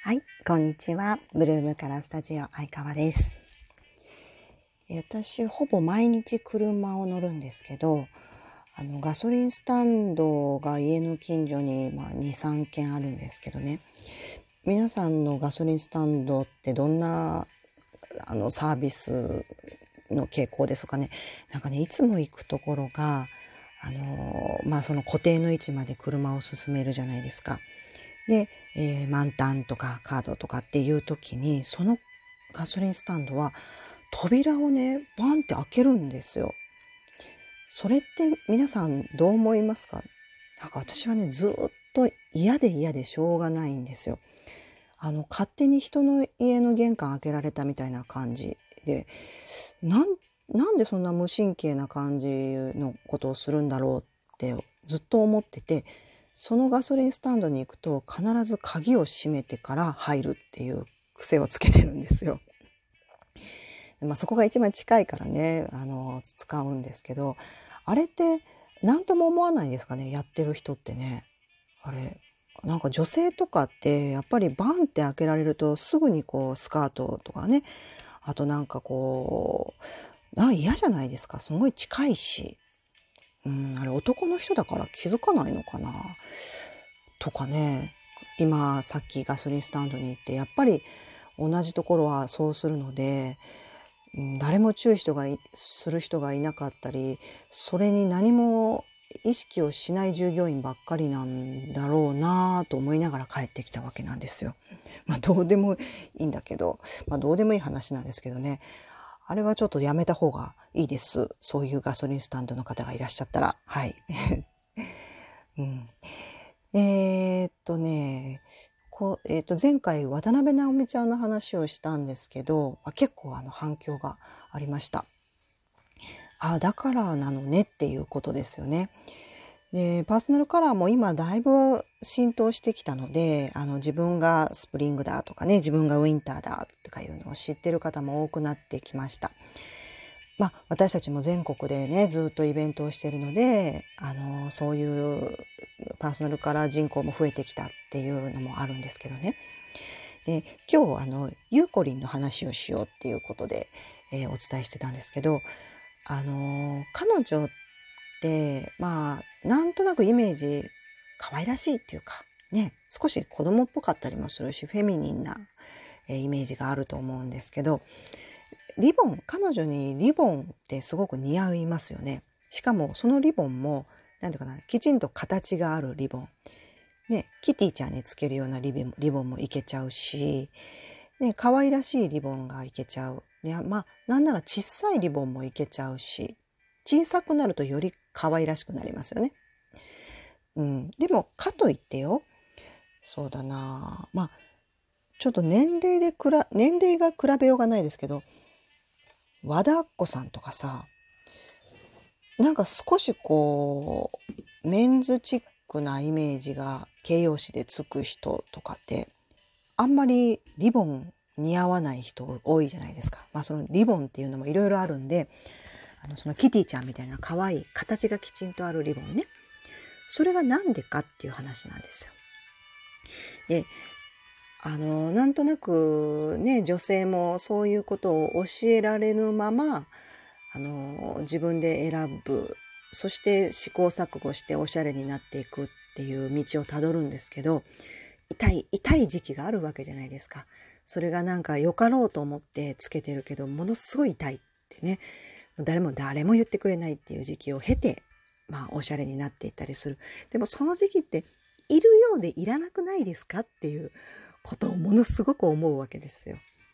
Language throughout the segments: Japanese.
はい、こんにちは。ブルームからスタジオ相川です。私、ほぼ毎日車を乗るんですけど、ガソリンスタンドが家の近所に、2、3軒あるんですけどね。皆さんのガソリンスタンドってどんなサービスの傾向ですかね。なんかね、いつも行くところが、その固定の位置まで車を進めるじゃないですか。で、満タンとかカードとかっていう時に、そのガソリンスタンドは扉をね、バンって開けるんですよ。それって皆さんどう思いますか？なんか私はね、ずっと嫌でしょうがないんですよ。勝手に人の家の玄関開けられたみたいな感じで、なん、なんでそんな無神経な感じのことをするんだろうってずっと思ってて、そのガソリンスタンドに行くと必ず鍵を閉めてから入るっていう癖をつけてるんですよ。そこが一番近いからね、使うんですけど、あれって何とも思わないですかね、やってる人ってね。あれ、なんか女性とかってやっぱりバンって開けられるとすぐにこうスカートとかね、あとなんかこう、嫌じゃないですか。すごい近いし。あれ男の人だから気づかないのかなとかね。今さっきガソリンスタンドに行ってやっぱり同じところはそうするので、誰も注意する人がいなかったり、それに何も意識をしない従業員ばっかりなんだろうなと思いながら帰ってきたわけなんですよ。どうでもいいんだけど、どうでもいい話なんですけどね。あれはちょっとやめた方がいいです。そういうガソリンスタンドの方がいらっしゃったら。はい。うん、ね、前回渡辺直美ちゃんの話をしたんですけど、結構反響がありました。だからなのねっていうことですよね。で、パーソナルカラーも今だいぶ浸透してきたので、自分がスプリングだとかね、自分がウィンターだとかいうのを知ってる方も多くなってきました。私たちも全国でね、ずっとイベントをしているので、そういうパーソナルカラー人口も増えてきたっていうのもあるんですけどね。で、今日ゆうこりんの話をしようっていうことで、お伝えしてたんですけど、彼女って、なんとなくイメージ可愛らしいっていうか、ね、少し子供っぽかったりもするし、フェミニンな、イメージがあると思うんですけど、彼女にリボンってすごく似合いますよね。しかもそのリボンも、なんていうかな、きちんと形があるリボン。ね、キティちゃんにつけるようなリボンもいけちゃうし、ね、可愛らしいリボンがいけちゃう。なんなら小さいリボンもいけちゃうし、小さくなるとより可愛らしくなりますよね。でも、かといってよ、そうだなちょっと年齢が比べようがないですけど、和田アッコさんとかさ、なんか少しこう、メンズチックなイメージが形容詞でつく人とかって、あんまりリボン似合わない人多いじゃないですか。そのリボンっていうのもいろいろあるんで、そのキティちゃんみたいな可愛い形がきちんとあるリボンね。それがなんでかっていう話なんですよ。で、なんとなくね、女性もそういうことを教えられるまま、自分で選ぶ、そして試行錯誤しておしゃれになっていくっていう道をたどるんですけど、痛い時期があるわけじゃないですか。それがなんか良かろうと思ってつけてるけど、ものすごい痛いってね、誰も言ってくれないっていう時期を経て、おしゃれになっていったりする。でもその時期って、いるようでいらなくないですかっていうことをものすごく思うわけですよ。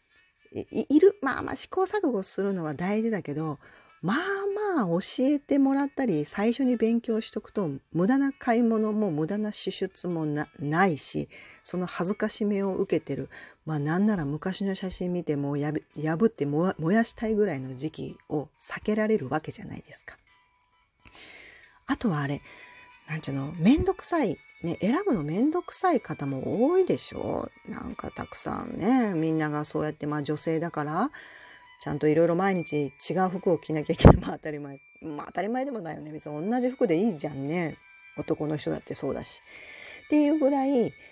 試行錯誤するのは大事だけど、教えてもらったり、最初に勉強しとくと、無駄な買い物も無駄な支出もないし、その恥ずかしめを受けてる。なんなら昔の写真見ても破って燃やしたいぐらいの時期を避けられるわけじゃないですか。あとはあれ、なんちゅうの、めんどくさい。ね、選ぶのめんどくさい方も多いでしょ？なんかたくさんね、みんながそうやって女性だから、ちゃんといろいろ毎日違う服を着なきゃいけない。当たり前。当たり前でもないよね。別に同じ服でいいじゃんね。男の人だってそうだし。っていうぐらい、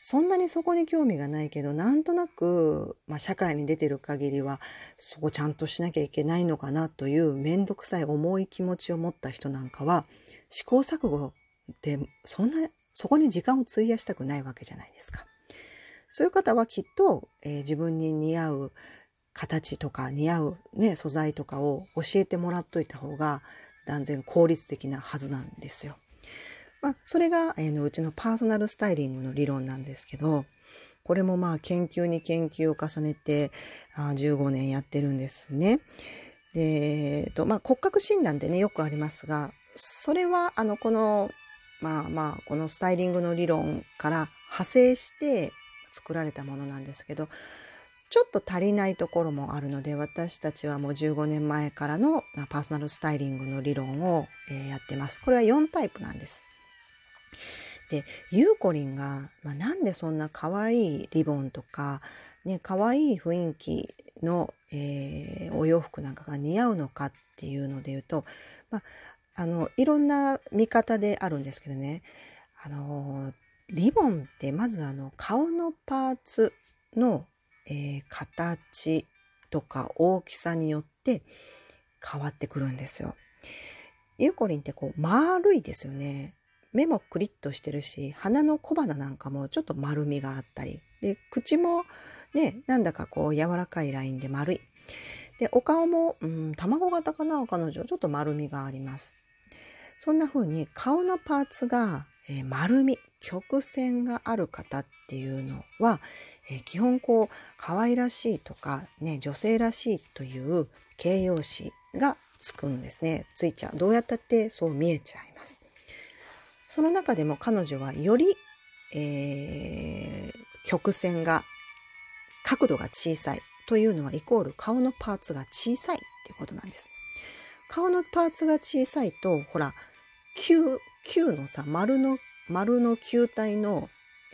そんなにそこに興味がないけど、なんとなく、社会に出てる限りは、そこちゃんとしなきゃいけないのかなというめんどくさい重い気持ちを持った人なんかは、試行錯誤で、そこに時間を費やしたくないわけじゃないですか。そういう方はきっと、自分に似合う形とか似合うね、素材とかを教えてもらっといた方が断然効率的なはずなんですよ。それが、うちのパーソナルスタイリングの理論なんですけど、これも研究に研究を重ねて15年やってるんですね。で、骨格診断ってね、よくありますが、それはこのこのスタイリングの理論から派生して作られたものなんですけど、ちょっと足りないところもあるので、私たちはもう15年前からのパーソナルスタイリングの理論をやってます。これは4タイプなんです。で、ゆうこりんが、なんでそんな可愛いリボンとか、ね、可愛い雰囲気の、お洋服なんかが似合うのかっていうので言うと、いろんな見方であるんですけどね、リボンってまず顔のパーツの、形とか大きさによって変わってくるんですよ。ゆうこりんって丸いですよね。目もクリッとしてるし、鼻の小鼻なんかもちょっと丸みがあったり、で、口もね、なんだか柔らかいラインで丸い。で、お顔も、卵型かな、彼女、ちょっと丸みがあります。そんな風に顔のパーツが、丸み、曲線がある方っていうのは、基本可愛らしいとか、ね、女性らしいという形容詞がつくんですね。ついちゃう。どうやったってそう見えちゃいます。その中でも彼女はより、曲線が、角度が小さいというのはイコール顔のパーツが小さいっていうことなんです。顔のパーツが小さいと、ほら、球のさ、丸の球体の、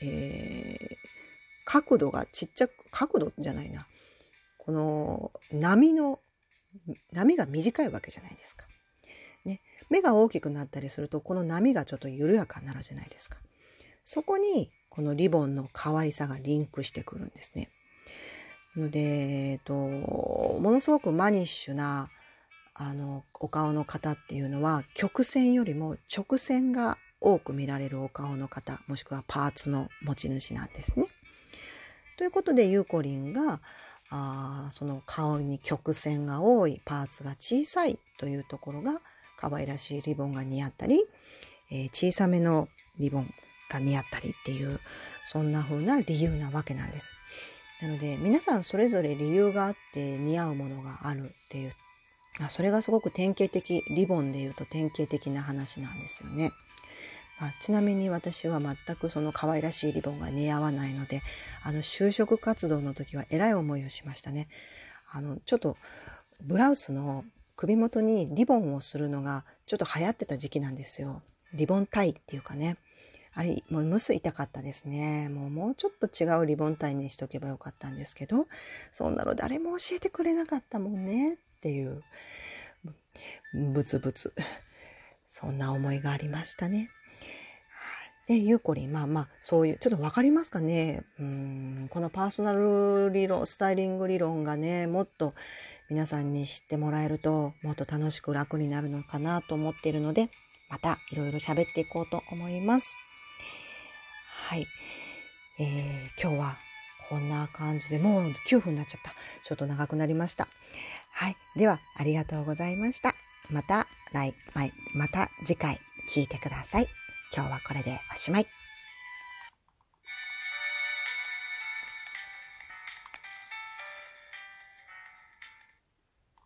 角度がちっちゃく、角度じゃないな。この波が短いわけじゃないですか。ね。目が大きくなったりすると、この波がちょっと緩やかになるじゃないですか。そこに、このリボンの可愛さがリンクしてくるんですね。ので、ものすごくマニッシュな、お顔の方っていうのは、曲線よりも直線が多く見られるお顔の方、もしくはパーツの持ち主なんですね。ということで、ゆうこりんが、その顔に曲線が多い、パーツが小さいというところが、可愛らしいリボンが似合ったり、小さめのリボンが似合ったりっていう、そんな風な理由なわけなんです。なので、皆さんそれぞれ理由があって似合うものがあるっていう、それがすごく典型的、リボンで言うと典型的な話なんですよね。ちなみに私は全くその可愛らしいリボンが似合わないので、就職活動の時はえらい思いをしましたね。ちょっとブラウスの首元にリボンをするのがちょっと流行ってた時期なんですよ。リボンタイっていうかね。あれ、もうむす痛かったですね。もうちょっと違うリボンタイにしとけばよかったんですけど、そんなの誰も教えてくれなかったもんねっていう、ブツブツ。そんな思いがありましたね。で、ゆうこりん、そういう、ちょっとわかりますかね。このパーソナル理論、スタイリング理論がね、もっと皆さんに知ってもらえると、もっと楽しく楽になるのかなと思っているので、またいろいろ喋っていこうと思います。はい。今日はこんな感じで、もう9分になっちゃった。ちょっと長くなりました。はい。では、ありがとうございました。また次回聞いてください。今日はこれでおしまい。